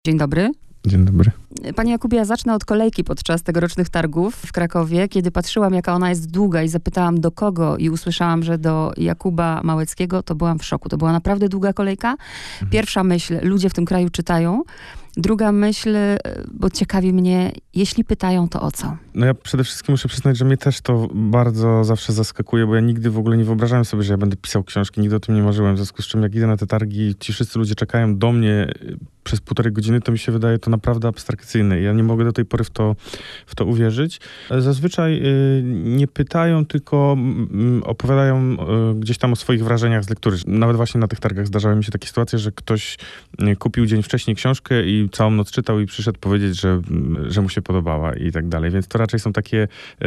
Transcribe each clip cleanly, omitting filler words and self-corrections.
Dzień dobry. Dzień dobry. Panie Jakubie, ja zacznę od kolejki podczas tegorocznych targów w Krakowie. Kiedy patrzyłam, jaka ona jest długa i zapytałam do kogo i usłyszałam, że do Jakuba Małeckiego, to byłam w szoku. To była naprawdę długa kolejka. Pierwsza myśl, ludzie w tym kraju czytają. Druga myśl, bo ciekawi mnie, jeśli pytają, to o co? No ja przede wszystkim muszę przyznać, że mnie też to bardzo zawsze zaskakuje, bo ja nigdy w ogóle nie wyobrażałem sobie, że ja będę pisał książki. Nigdy o tym nie marzyłem. W związku z czym, jak idę na te targi, ci wszyscy ludzie czekają do mnie przez 1,5 godziny, to mi się wydaje to naprawdę abstrakcyjne. Ja nie mogę do tej pory w to uwierzyć. Zazwyczaj nie pytają, tylko opowiadają gdzieś tam o swoich wrażeniach z lektury. Nawet właśnie na tych targach zdarzały mi się takie sytuacje, że ktoś kupił dzień wcześniej książkę i całą noc czytał i przyszedł powiedzieć, że mu się podobała i tak dalej. Więc to raczej są takie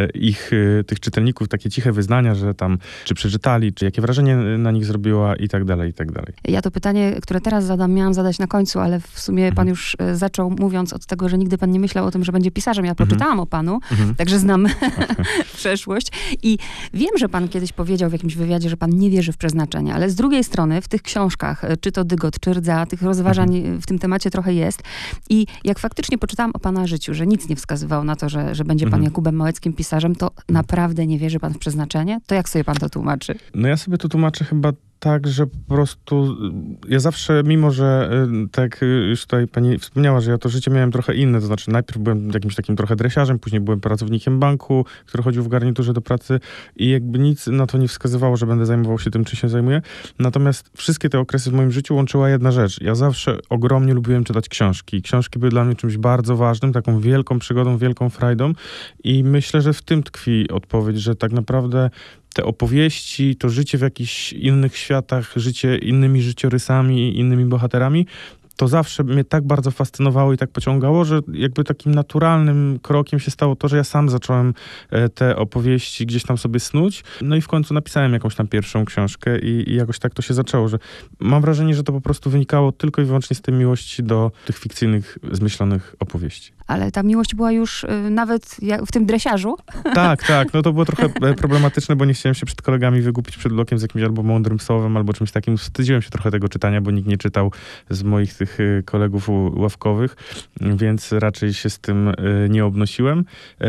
tych czytelników, takie ciche wyznania, że tam czy przeczytali, czy jakie wrażenie na nich zrobiła i tak dalej, i tak dalej. Ja to pytanie, które teraz zadam, miałam zadać na końcu, ale w sumie pan już zaczął mówiąc od tego, że nigdy pan nie myślał o tym, że będzie pisarzem. Ja poczytałam o panu, także znam przeszłość. I wiem, że pan kiedyś powiedział w jakimś wywiadzie, że pan nie wierzy w przeznaczenie, ale z drugiej strony w tych książkach, czy to Dygot, czy Rdza, tych rozważań w tym temacie trochę jest. I jak faktycznie poczytałam o pana życiu, że nic nie wskazywało na to, że będzie pan Jakubem Małeckim pisarzem, to naprawdę nie wierzy pan w przeznaczenie? To jak sobie pan to tłumaczy? No ja sobie to tłumaczę chyba tak, że po prostu ja zawsze, mimo że tak już tutaj pani wspomniała, że ja to życie miałem trochę inne, to znaczy najpierw byłem jakimś takim trochę dresiarzem, później byłem pracownikiem banku, który chodził w garniturze do pracy i jakby nic na to nie wskazywało, że będę zajmował się tym, czym się zajmuję. Natomiast wszystkie te okresy w moim życiu łączyła jedna rzecz. Ja zawsze ogromnie lubiłem czytać książki. Książki były dla mnie czymś bardzo ważnym, taką wielką przygodą, wielką frajdą i myślę, że w tym tkwi odpowiedź, że tak naprawdę te opowieści, to życie w jakichś innych światach, życie innymi życiorysami, innymi bohaterami, to zawsze mnie tak bardzo fascynowało i tak pociągało, że jakby takim naturalnym krokiem się stało to, że ja sam zacząłem te opowieści gdzieś tam sobie snuć. No i w końcu napisałem jakąś tam pierwszą książkę i jakoś tak to się zaczęło, że mam wrażenie, że to po prostu wynikało tylko i wyłącznie z tej miłości do tych fikcyjnych, zmyślonych opowieści. Ale ta miłość była już nawet w tym dresiarzu? Tak. No to było trochę problematyczne, bo nie chciałem się przed kolegami wygupić przed blokiem z jakimś albo mądrym słowem, albo czymś takim. Wstydziłem się trochę tego czytania, bo nikt nie czytał z moich tych kolegów ławkowych, więc raczej się z tym nie obnosiłem.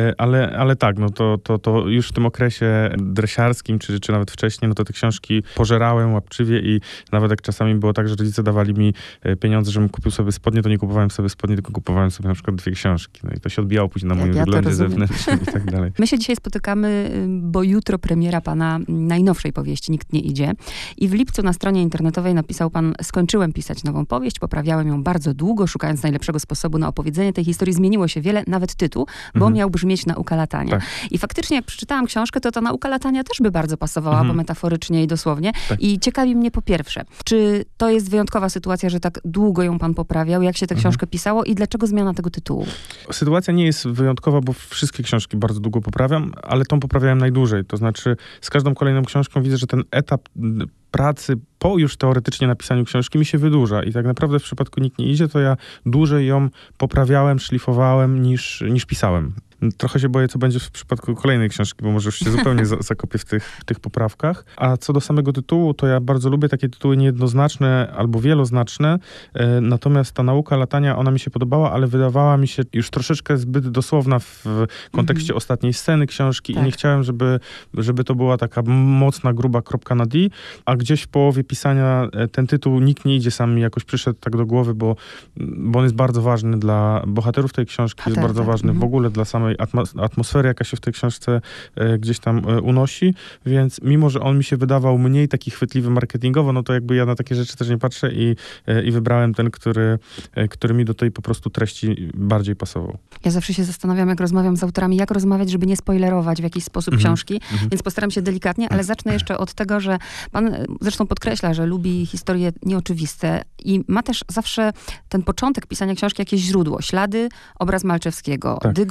Ale tak, no to już w tym okresie dresiarskim, czy nawet wcześniej, no to te książki pożerałem łapczywie i nawet jak czasami było tak, że rodzice dawali mi pieniądze, żebym kupił sobie spodnie, to nie kupowałem sobie spodnie, tylko kupowałem sobie na przykład 2 książki. No i to się odbijało później na moim wyglądzie zewnętrznym i tak dalej. My się dzisiaj spotykamy, bo jutro premiera pana najnowszej powieści Nikt nie idzie. I w lipcu na stronie internetowej napisał pan: skończyłem pisać nową powieść, poprawiałem ją bardzo długo, szukając najlepszego sposobu na opowiedzenie tej historii. Zmieniło się wiele, nawet tytuł, bo miał brzmieć Nauka latania. Tak. I faktycznie jak przeczytałam książkę, to ta nauka latania też by bardzo pasowała, bo metaforycznie i dosłownie. Tak. I ciekawi mnie po pierwsze, czy to jest wyjątkowa sytuacja, że tak długo ją pan poprawiał, jak się tę książkę pisało i dlaczego zmiana tego tytułu? Sytuacja nie jest wyjątkowa, bo wszystkie książki bardzo długo poprawiam, ale tą poprawiałem najdłużej. To znaczy z każdą kolejną książką widzę, że ten etap pracy po już teoretycznie napisaniu książki mi się wydłuża i tak naprawdę w przypadku Nikt nie idzie, to ja dłużej ją poprawiałem, szlifowałem niż pisałem. Trochę się boję, co będzie w przypadku kolejnej książki, bo może już się zupełnie zakopię w tych poprawkach. A co do samego tytułu, to ja bardzo lubię takie tytuły niejednoznaczne albo wieloznaczne. Natomiast ta Nauka latania, ona mi się podobała, ale wydawała mi się już troszeczkę zbyt dosłowna w kontekście ostatniej sceny książki i nie chciałem, żeby to była taka mocna, gruba kropka na D, a gdzieś w połowie pisania ten tytuł Nikt nie idzie sam mi jakoś przyszedł tak do głowy, bo on jest bardzo ważny dla bohaterów tej książki, jest bardzo ważny w ogóle dla samej atmosfery, jaka się w tej książce gdzieś tam unosi, więc mimo, że on mi się wydawał mniej taki chwytliwy marketingowo, no to jakby ja na takie rzeczy też nie patrzę i wybrałem ten, który mi do tej po prostu treści bardziej pasował. Ja zawsze się zastanawiam, jak rozmawiam z autorami, jak rozmawiać, żeby nie spoilerować w jakiś sposób książki, więc postaram się delikatnie, ale zacznę jeszcze od tego, że pan zresztą podkreśla, że lubi historie nieoczywiste i ma też zawsze ten początek pisania książki jakieś źródło. Ślady, obraz Malczewskiego. Tak. Dygot,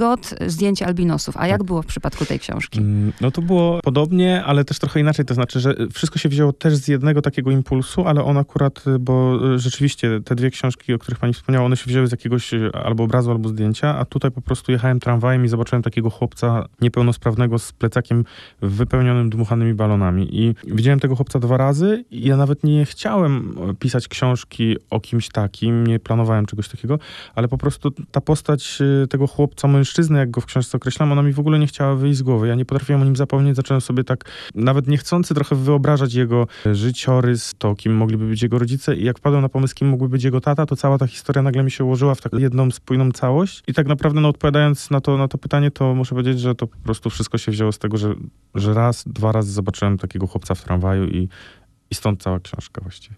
zdjęcie albinosów. A jak było w przypadku tej książki? No to było podobnie, ale też trochę inaczej. To znaczy, że wszystko się wzięło też z jednego takiego impulsu, ale on akurat, bo rzeczywiście te dwie książki, o których pani wspomniała, one się wzięły z jakiegoś albo obrazu, albo zdjęcia, a tutaj po prostu jechałem tramwajem i zobaczyłem takiego chłopca niepełnosprawnego z plecakiem wypełnionym dmuchanymi balonami. I widziałem tego chłopca 2 razy i ja nawet nie chciałem pisać książki o kimś takim, nie planowałem czegoś takiego, ale po prostu ta postać tego chłopca, mężczyzny, jak go w książce określam, ona mi w ogóle nie chciała wyjść z głowy. Ja nie potrafiłem o nim zapomnieć, zacząłem sobie tak nawet niechcący trochę wyobrażać jego życiorys, to kim mogliby być jego rodzice i jak wpadłem na pomysł, kim mógłby być jego tata, to cała ta historia nagle mi się ułożyła w taką jedną spójną całość i tak naprawdę odpowiadając na to pytanie, to muszę powiedzieć, że to po prostu wszystko się wzięło z tego, że raz, 2 razy zobaczyłem takiego chłopca w tramwaju i stąd cała książka właściwie.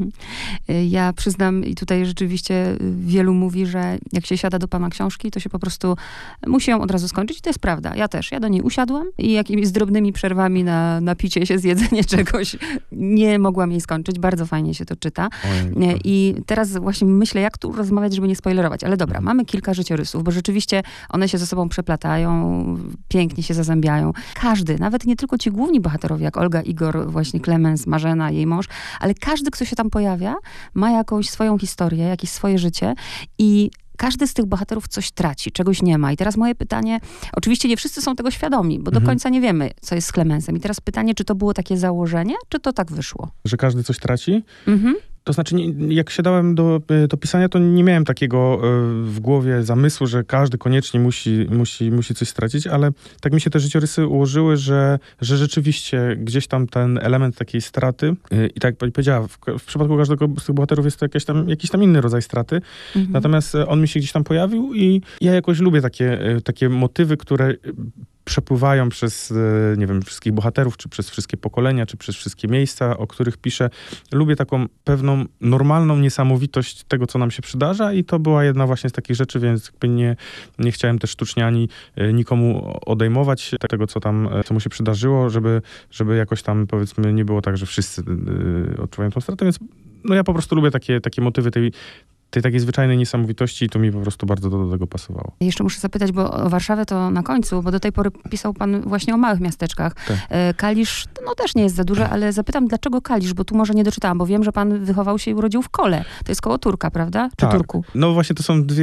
Ja przyznam, i tutaj rzeczywiście wielu mówi, że jak się siada do pana książki, to się po prostu musi ją od razu skończyć. I to jest prawda. Ja też. Ja do niej usiadłam i jakimiś drobnymi przerwami na picie się, zjedzenie czegoś nie mogłam jej skończyć. Bardzo fajnie się to czyta. I teraz właśnie myślę, jak tu rozmawiać, żeby nie spoilerować. Ale dobra, mamy kilka życiorysów, bo rzeczywiście one się ze sobą przeplatają, pięknie się zazębiają. Każdy, nawet nie tylko ci główni bohaterowie, jak Olga, Igor, właśnie Klemens, Marzena, jej mąż, ale każdy, kto się tam pojawia, ma jakąś swoją historię, jakieś swoje życie i każdy z tych bohaterów coś traci, czegoś nie ma. I teraz moje pytanie, oczywiście nie wszyscy są tego świadomi, bo do końca nie wiemy, co jest z Klemensem. I teraz pytanie, czy to było takie założenie, czy to tak wyszło? Że każdy coś traci? To znaczy, jak siadałem do pisania, to nie miałem takiego w głowie zamysłu, że każdy koniecznie musi coś stracić, ale tak mi się te życiorysy ułożyły, że rzeczywiście gdzieś tam ten element takiej straty i tak jak pani powiedziała, w przypadku każdego z tych bohaterów jest to jakiś tam inny rodzaj straty, natomiast on mi się gdzieś tam pojawił i ja jakoś lubię takie motywy, które przepływają przez, nie wiem, wszystkich bohaterów, czy przez wszystkie pokolenia, czy przez wszystkie miejsca, o których piszę. Lubię taką pewną normalną niesamowitość tego, co nam się przydarza i to była jedna właśnie z takich rzeczy, więc jakby nie chciałem też sztucznie ani nikomu odejmować tego, co mu się przydarzyło, żeby jakoś tam, powiedzmy, nie było tak, że wszyscy odczuwają tą stratę, więc no ja po prostu lubię takie motywy tej takiej zwyczajnej niesamowitości i to mi po prostu bardzo do tego pasowało. Jeszcze muszę zapytać, bo o Warszawę to na końcu, bo do tej pory pisał pan właśnie o małych miasteczkach. Tak. Kalisz, no też nie jest za duże, ale zapytam, dlaczego Kalisz, bo tu może nie doczytałam, bo wiem, że pan wychował się i urodził w Kole. To jest koło Turka, prawda? Czy tak. Turku? No właśnie to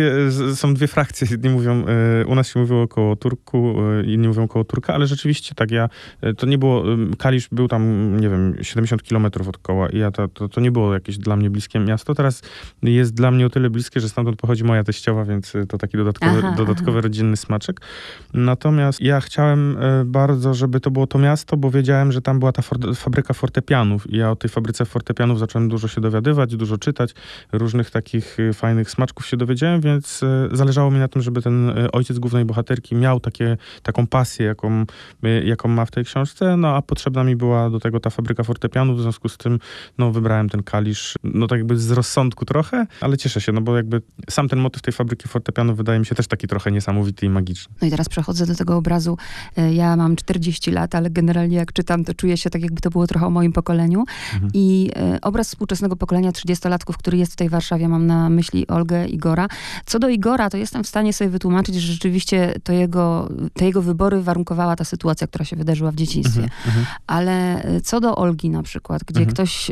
są dwie frakcje. Jedni mówią, u nas się mówiło koło Turku, inni mówią koło Turka, ale rzeczywiście tak, to nie było, Kalisz był tam, nie wiem, 70 kilometrów od Koła i to nie było jakieś dla mnie bliskie miasto. Teraz jest dla mnie o tyle bliskie, że stamtąd pochodzi moja teściowa, więc to taki dodatkowy rodzinny smaczek. Natomiast ja chciałem bardzo, żeby to było to miasto, bo wiedziałem, że tam była ta fabryka fortepianów i ja o tej fabryce fortepianów zacząłem dużo się dowiadywać, dużo czytać, różnych takich fajnych smaczków się dowiedziałem, więc zależało mi na tym, żeby ten ojciec głównej bohaterki miał taką pasję, jaką ma w tej książce, no a potrzebna mi była do tego ta fabryka fortepianów, w związku z tym wybrałem ten Kalisz, tak jakby z rozsądku trochę, ale cieszę się, bo jakby sam ten motyw tej fabryki fortepianów wydaje mi się też taki trochę niesamowity i magiczny. No i teraz przechodzę do tego obrazu. Ja mam 40 lat, ale generalnie jak czytam, to czuję się tak, jakby to było trochę o moim pokoleniu. I obraz współczesnego pokolenia 30-latków, który jest w tej Warszawie, mam na myśli Olgę, Igora. Co do Igora, to jestem w stanie sobie wytłumaczyć, że rzeczywiście te jego wybory warunkowała ta sytuacja, która się wydarzyła w dzieciństwie. Ale co do Olgi na przykład, gdzie ktoś,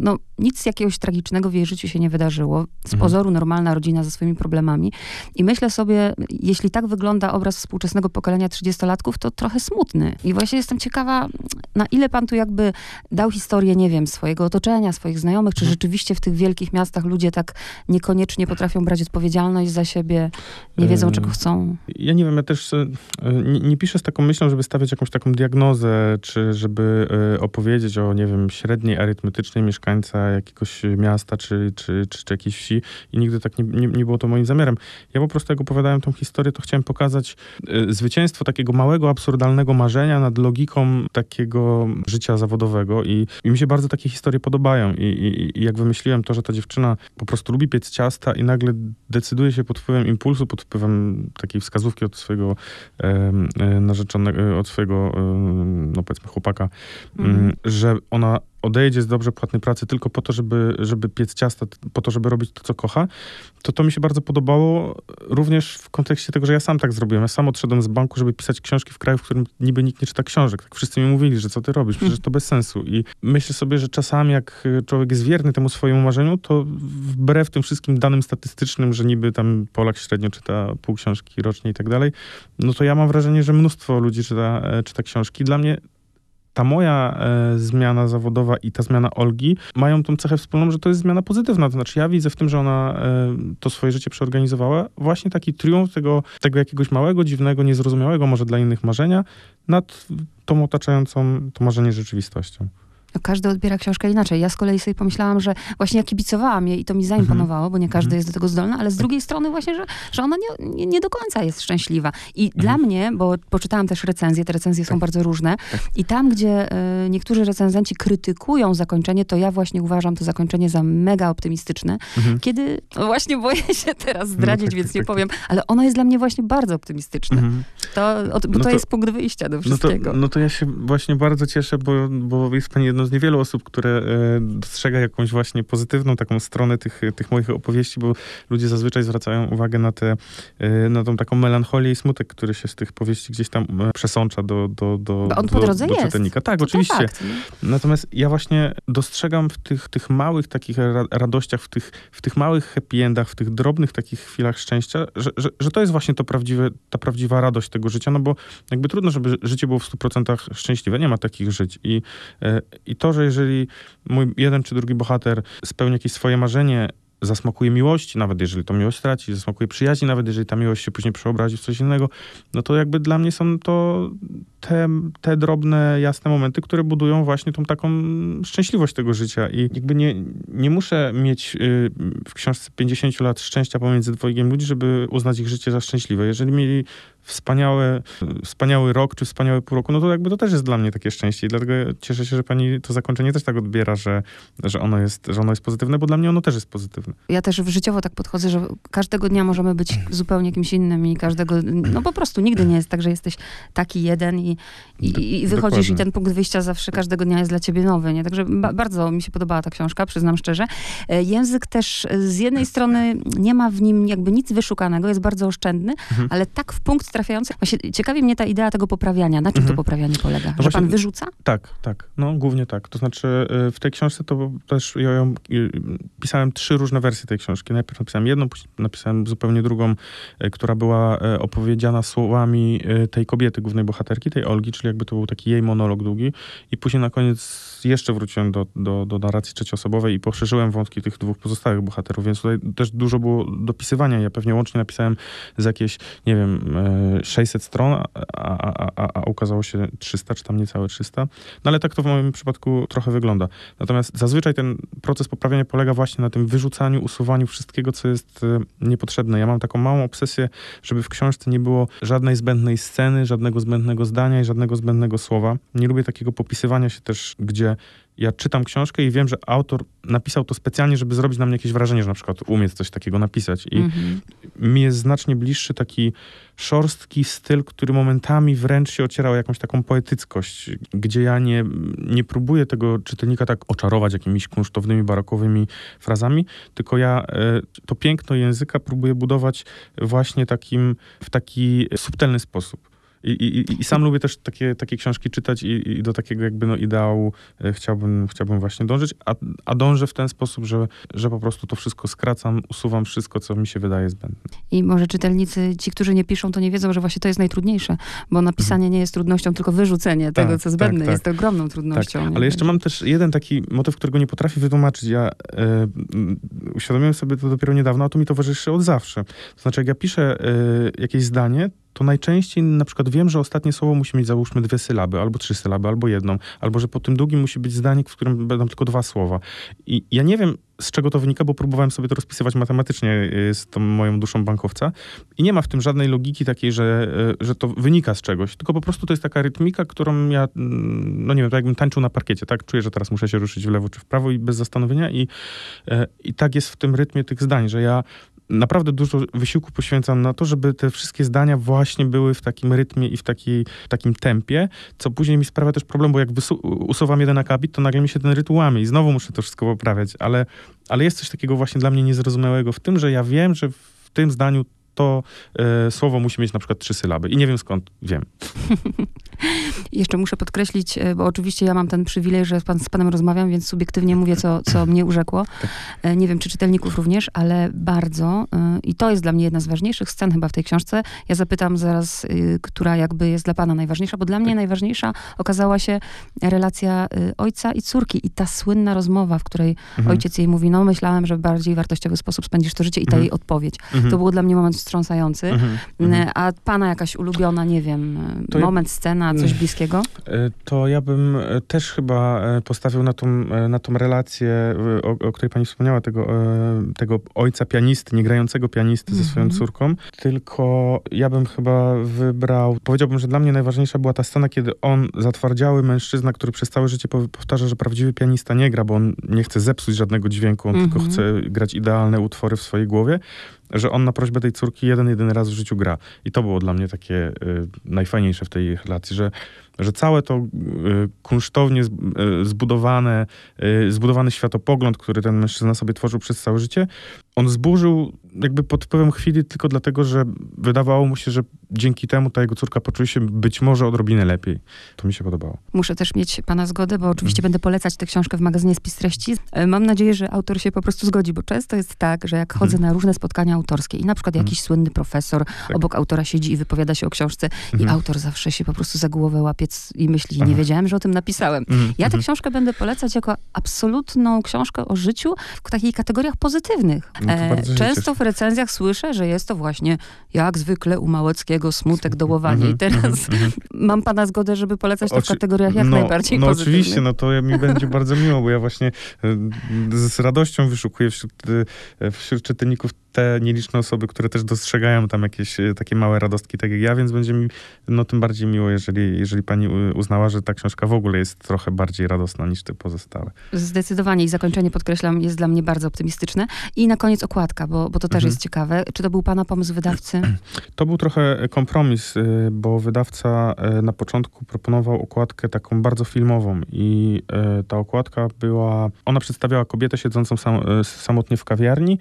nic jakiegoś tragicznego w jej życiu się nie wydarzyło. Z pozoru normalna rodzina ze swoimi problemami. I myślę sobie, jeśli tak wygląda obraz współczesnego pokolenia 30-latków, to trochę smutny. I właśnie jestem ciekawa, na ile pan tu jakby dał historię, nie wiem, swojego otoczenia, swoich znajomych, czy rzeczywiście w tych wielkich miastach ludzie tak niekoniecznie potrafią brać odpowiedzialność za siebie, nie wiedzą, czego chcą. Ja nie wiem, ja też nie piszę z taką myślą, żeby stawiać jakąś taką diagnozę, czy żeby opowiedzieć o, nie wiem, średniej arytmetycznej mieszkańca jakiegoś miasta, czy jakiejś wsi i nigdy tak nie było to moim zamiarem. Ja po prostu jak opowiadałem tą historię, to chciałem pokazać zwycięstwo takiego małego, absurdalnego marzenia nad logiką takiego życia zawodowego i mi się bardzo takie historie podobają i jak wymyśliłem to, że ta dziewczyna po prostu lubi piec ciasta i nagle decyduje się pod wpływem impulsu, pod wpływem takiej wskazówki od swojego narzeczonego, od swojego, powiedzmy, chłopaka, że ona odejdzie z dobrze płatnej pracy tylko po to, żeby piec ciasta, po to, żeby robić to, co kocha, to mi się bardzo podobało również w kontekście tego, że ja sam tak zrobiłem. Ja sam odszedłem z banku, żeby pisać książki w kraju, w którym niby nikt nie czyta książek. Tak wszyscy mi mówili, że co ty robisz, przecież to bez sensu. I myślę sobie, że czasami jak człowiek jest wierny temu swojemu marzeniu, to wbrew tym wszystkim danym statystycznym, że niby tam Polak średnio czyta pół książki rocznie i tak dalej, no to ja mam wrażenie, że mnóstwo ludzi czyta książki. Dla mnie ta moja zmiana zawodowa i ta zmiana Olgi mają tą cechę wspólną, że to jest zmiana pozytywna. To znaczy ja widzę w tym, że ona to swoje życie przeorganizowała, właśnie taki triumf tego jakiegoś małego, dziwnego, niezrozumiałego może dla innych marzenia nad tą otaczającą to marzenie rzeczywistością. Każdy odbiera książkę inaczej. Ja z kolei sobie pomyślałam, że właśnie ja kibicowałam jej i to mi zaimponowało, bo nie każdy jest do tego zdolny, ale z drugiej strony właśnie, że ona nie do końca jest szczęśliwa. I dla mnie, bo poczytałam też recenzje, te recenzje są bardzo różne i tam, gdzie niektórzy recenzenci krytykują zakończenie, to ja właśnie uważam to zakończenie za mega optymistyczne, kiedy, no właśnie boję się teraz zdradzić, więc nie powiem, ale ono jest dla mnie właśnie bardzo optymistyczne. To jest punkt wyjścia do wszystkiego. No to ja się właśnie bardzo cieszę, bo jest pani jedną z niewielu osób, które dostrzega jakąś właśnie pozytywną taką stronę tych moich opowieści, bo ludzie zazwyczaj zwracają uwagę na tą taką melancholię i smutek, który się z tych powieści gdzieś tam przesącza do czytelnika. Tak, to oczywiście. Fakt, natomiast ja właśnie dostrzegam w tych małych takich radościach, w tych małych happy endach, w tych drobnych takich chwilach szczęścia, że to jest właśnie ta prawdziwa radość tego życia, no bo jakby trudno, żeby życie było w 100% szczęśliwe. Nie ma takich żyć. I to, że jeżeli mój jeden czy drugi bohater spełni jakieś swoje marzenie, zasmakuje miłości, nawet jeżeli to miłość traci, zasmakuje przyjaźni, nawet jeżeli ta miłość się później przeobrazi w coś innego, no to jakby dla mnie są to te drobne, jasne momenty, które budują właśnie tą taką szczęśliwość tego życia. I jakby nie muszę mieć w książce 50 lat szczęścia pomiędzy dwojgiem ludzi, żeby uznać ich życie za szczęśliwe. Jeżeli mieli wspaniały rok, czy wspaniałe pół roku, no to jakby to też jest dla mnie takie szczęście. I dlatego cieszę się, że pani to zakończenie też tak odbiera, że ono jest pozytywne, bo dla mnie ono też jest pozytywne. Ja też życiowo tak podchodzę, że każdego dnia możemy być zupełnie kimś innym i no po prostu nigdy nie jest tak, że jesteś taki jeden i wychodzisz dokładnie. I ten punkt wyjścia zawsze każdego dnia jest dla ciebie nowy, nie? Także bardzo mi się podobała ta książka, przyznam szczerze. Język też z jednej strony nie ma w nim jakby nic wyszukanego, jest bardzo oszczędny, ale tak w punkt trafiający. Właśnie ciekawi mnie ta idea tego poprawiania. Na czym to poprawianie polega? No że właśnie, pan wyrzuca? Tak. No głównie tak. To znaczy w tej książce to też ja pisałem 3 różne wersje tej książki. Najpierw napisałem jedną, później napisałem zupełnie drugą, która była opowiedziana słowami tej kobiety, głównej bohaterki, tej Olgi, czyli jakby to był taki jej monolog długi. I później na koniec jeszcze wróciłem do narracji trzecioosobowej i poszerzyłem wątki tych 2 pozostałych bohaterów, więc tutaj też dużo było dopisywania. Ja pewnie łącznie napisałem z jakieś, nie wiem, 600 stron, a ukazało się 300, czy tam niecałe 300. No ale tak to w moim przypadku trochę wygląda. Natomiast zazwyczaj ten proces poprawiania polega właśnie na tym wyrzucaniu, usuwaniu wszystkiego, co jest niepotrzebne. Ja mam taką małą obsesję, żeby w książce nie było żadnej zbędnej sceny, żadnego zbędnego zdania i żadnego zbędnego słowa. Nie lubię takiego popisywania się też, gdzie ja czytam książkę i wiem, że autor napisał to specjalnie, żeby zrobić na mnie jakieś wrażenie, że na przykład umie coś takiego napisać. I mi jest znacznie bliższy taki szorstki styl, który momentami wręcz się ociera o jakąś taką poetyckość, gdzie ja nie próbuję tego czytelnika tak oczarować jakimiś kunsztownymi, barokowymi frazami, tylko ja to piękno języka próbuję budować właśnie w taki subtelny sposób. I sam lubię też takie książki czytać i do takiego jakby ideału chciałbym właśnie dążyć, a dążę w ten sposób, że po prostu to wszystko skracam, usuwam wszystko, co mi się wydaje zbędne. I może czytelnicy, ci, którzy nie piszą, to nie wiedzą, że właśnie to jest najtrudniejsze, bo napisanie nie jest trudnością, tylko wyrzucenie tego, co zbędne jest ogromną trudnością. Tak. Ale jeszcze mam też jeden taki motyw, którego nie potrafię wytłumaczyć. Ja uświadomiłem sobie to dopiero niedawno, a to mi towarzyszy od zawsze. To znaczy, jak ja piszę jakieś zdanie, to najczęściej na przykład wiem, że ostatnie słowo musi mieć załóżmy 2 sylaby, albo 3 sylaby, albo 1, albo że po tym długim musi być zdanie, w którym będą tylko 2 słowa. I ja nie wiem, z czego to wynika, bo próbowałem sobie to rozpisywać matematycznie z tą moją duszą bankowca i nie ma w tym żadnej logiki takiej, że to wynika z czegoś, tylko po prostu to jest taka rytmika, którą ja, no nie wiem, tak jakbym tańczył na parkiecie, tak? Czuję, że teraz muszę się ruszyć w lewo czy w prawo i bez zastanowienia i tak jest w tym rytmie tych zdań, że ja naprawdę dużo wysiłku poświęcam na to, żeby te wszystkie zdania właśnie były w takim rytmie i w takim tempie, co później mi sprawia też problem, bo jak usuwam jeden akapit, to nagle mi się ten rytm łamie i znowu muszę to wszystko poprawiać, ale jest coś takiego właśnie dla mnie niezrozumiałego w tym, że ja wiem, że w tym zdaniu to słowo musi mieć na przykład 3 sylaby i nie wiem skąd wiem. Jeszcze muszę podkreślić, bo oczywiście ja mam ten przywilej, że z panem rozmawiam, więc subiektywnie mówię, co mnie urzekło. Nie wiem, czy czytelników również, ale bardzo. I to jest dla mnie jedna z ważniejszych scen chyba w tej książce. Ja zapytam zaraz, która jakby jest dla pana najważniejsza, bo dla mnie najważniejsza okazała się relacja ojca i córki. I ta słynna rozmowa, w której ojciec jej mówi, no myślałem, że w bardziej wartościowy sposób spędzisz to życie i ta jej odpowiedź. To był dla mnie moment wstrząsający. A pana jakaś ulubiona, nie wiem, moment, scena, coś bliskiego? To ja bym też chyba postawił na tą relację, o której pani wspomniała, tego ojca pianisty, niegrającego pianisty ze swoją córką. Tylko ja bym chyba powiedziałbym, że dla mnie najważniejsza była ta scena, kiedy on, zatwardziały mężczyzna, który przez całe życie powtarza, że prawdziwy pianista nie gra, bo on nie chce zepsuć żadnego dźwięku, on tylko chce grać idealne utwory w swojej głowie, że on na prośbę tej córki jedyny raz w życiu gra. I to było dla mnie takie najfajniejsze w tej relacji, że całe to kunsztownie zbudowany światopogląd, który ten mężczyzna sobie tworzył przez całe życie, on zburzył jakby pod wpływem chwili tylko dlatego, że wydawało mu się, że dzięki temu ta jego córka poczuje się być może odrobinę lepiej. To mi się podobało. Muszę też mieć pana zgodę, bo oczywiście będę polecać tę książkę w magazynie Spis Treści. Mam nadzieję, że autor się po prostu zgodzi, bo często jest tak, że jak chodzę na różne spotkania autorskie i na przykład jakiś słynny profesor obok autora siedzi i wypowiada się o książce i autor zawsze się po prostu za głowę łapie i myśli, nie wiedziałem, że o tym napisałem. Ja tę książkę będę polecać jako absolutną książkę o życiu w takich kategoriach pozytywnych. Często w recenzjach słyszę, że jest to właśnie jak zwykle u Małeckiego smutek, dołowanie. I teraz mam pana zgodę, żeby polecać to w kategoriach jak najbardziej pozytywnych. Oczywiście, to mi będzie bardzo miło, bo ja właśnie z radością wyszukuję wśród czytelników te nieliczne osoby, które też dostrzegają tam jakieś takie małe radostki, tak jak ja, więc będzie mi tym bardziej miło, jeżeli pani uznała, że ta książka w ogóle jest trochę bardziej radosna niż te pozostałe. Zdecydowanie i zakończenie, podkreślam, jest dla mnie bardzo optymistyczne. I na koniec okładka, bo to też jest ciekawe. Czy to był pana pomysł wydawcy? To był trochę kompromis, bo wydawca na początku proponował okładkę taką bardzo filmową i ta okładka ona przedstawiała kobietę siedzącą samotnie w kawiarni,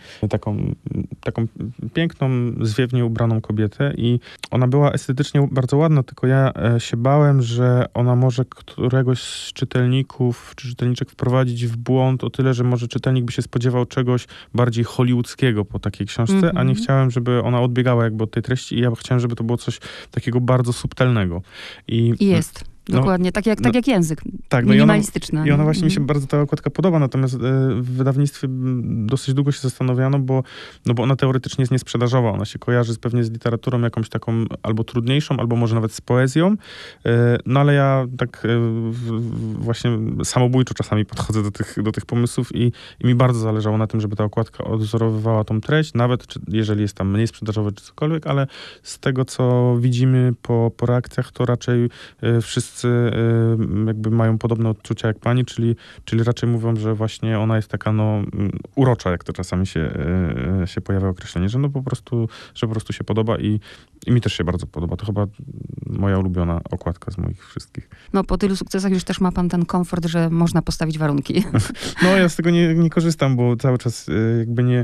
taką piękną, zwiewnie ubraną kobietę i ona była estetycznie bardzo ładna, tylko ja się bałem, że ona może któregoś z czytelników czy czytelniczek wprowadzić w błąd o tyle, że może czytelnik by się spodziewał czegoś bardziej hollywoodzkiego po takiej książce, a nie chciałem, żeby ona odbiegała jakby od tej treści i ja chciałem, żeby to było coś takiego bardzo subtelnego. I jest. Dokładnie, tak jak język. Tak, minimalistyczny. I ona właśnie mi się bardzo ta okładka podoba, natomiast w wydawnictwie dosyć długo się zastanawiano, bo ona teoretycznie jest niesprzedażowa. Ona się kojarzy pewnie z literaturą jakąś taką albo trudniejszą, albo może nawet z poezją. Ale ja tak właśnie samobójczo czasami podchodzę do tych pomysłów i mi bardzo zależało na tym, żeby ta okładka odwzorowywała tą treść, nawet jeżeli jest tam mniej sprzedażowe czy cokolwiek, ale z tego, co widzimy po reakcjach, to raczej wszyscy jakby mają podobne odczucia jak pani, czyli raczej mówią, że właśnie ona jest taka urocza, jak to czasami się pojawia określenie, że po prostu się podoba i mi też się bardzo podoba. To chyba moja ulubiona okładka z moich wszystkich. Po tylu sukcesach już też ma pan ten komfort, że można postawić warunki. Ja z tego nie korzystam, bo cały czas jakby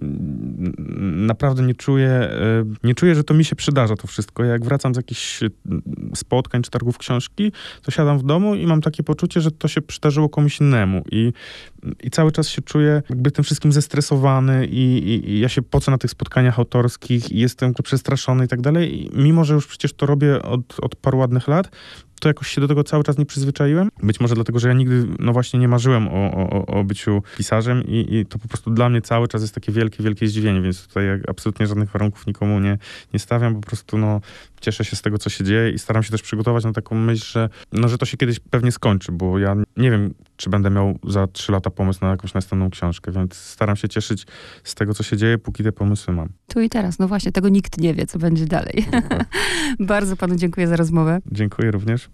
naprawdę nie czuję, że to mi się przydarza to wszystko. Jak wracam z jakichś spotkań czy targów książki, to siadam w domu i mam takie poczucie, że to się przydarzyło komuś innemu i cały czas się czuję jakby tym wszystkim zestresowany i ja się pocę na tych spotkaniach autorskich i jestem przestraszony i tak dalej. I mimo, że już przecież to robię od paru ładnych lat, to jakoś się do tego cały czas nie przyzwyczaiłem. Być może dlatego, że ja nigdy, właśnie nie marzyłem o byciu pisarzem i to po prostu dla mnie cały czas jest takie wielkie, wielkie zdziwienie, więc tutaj absolutnie żadnych warunków nikomu nie stawiam, po prostu cieszę się z tego, co się dzieje i staram się też przygotować na taką myśl, że to się kiedyś pewnie skończy, bo ja nie wiem, czy będę miał za 3 lata pomysł na jakąś następną książkę, więc staram się cieszyć z tego, co się dzieje, póki te pomysły mam. Tu i teraz, właśnie, tego nikt nie wie, co będzie dalej. Bardzo panu dziękuję za rozmowę. Dziękuję również.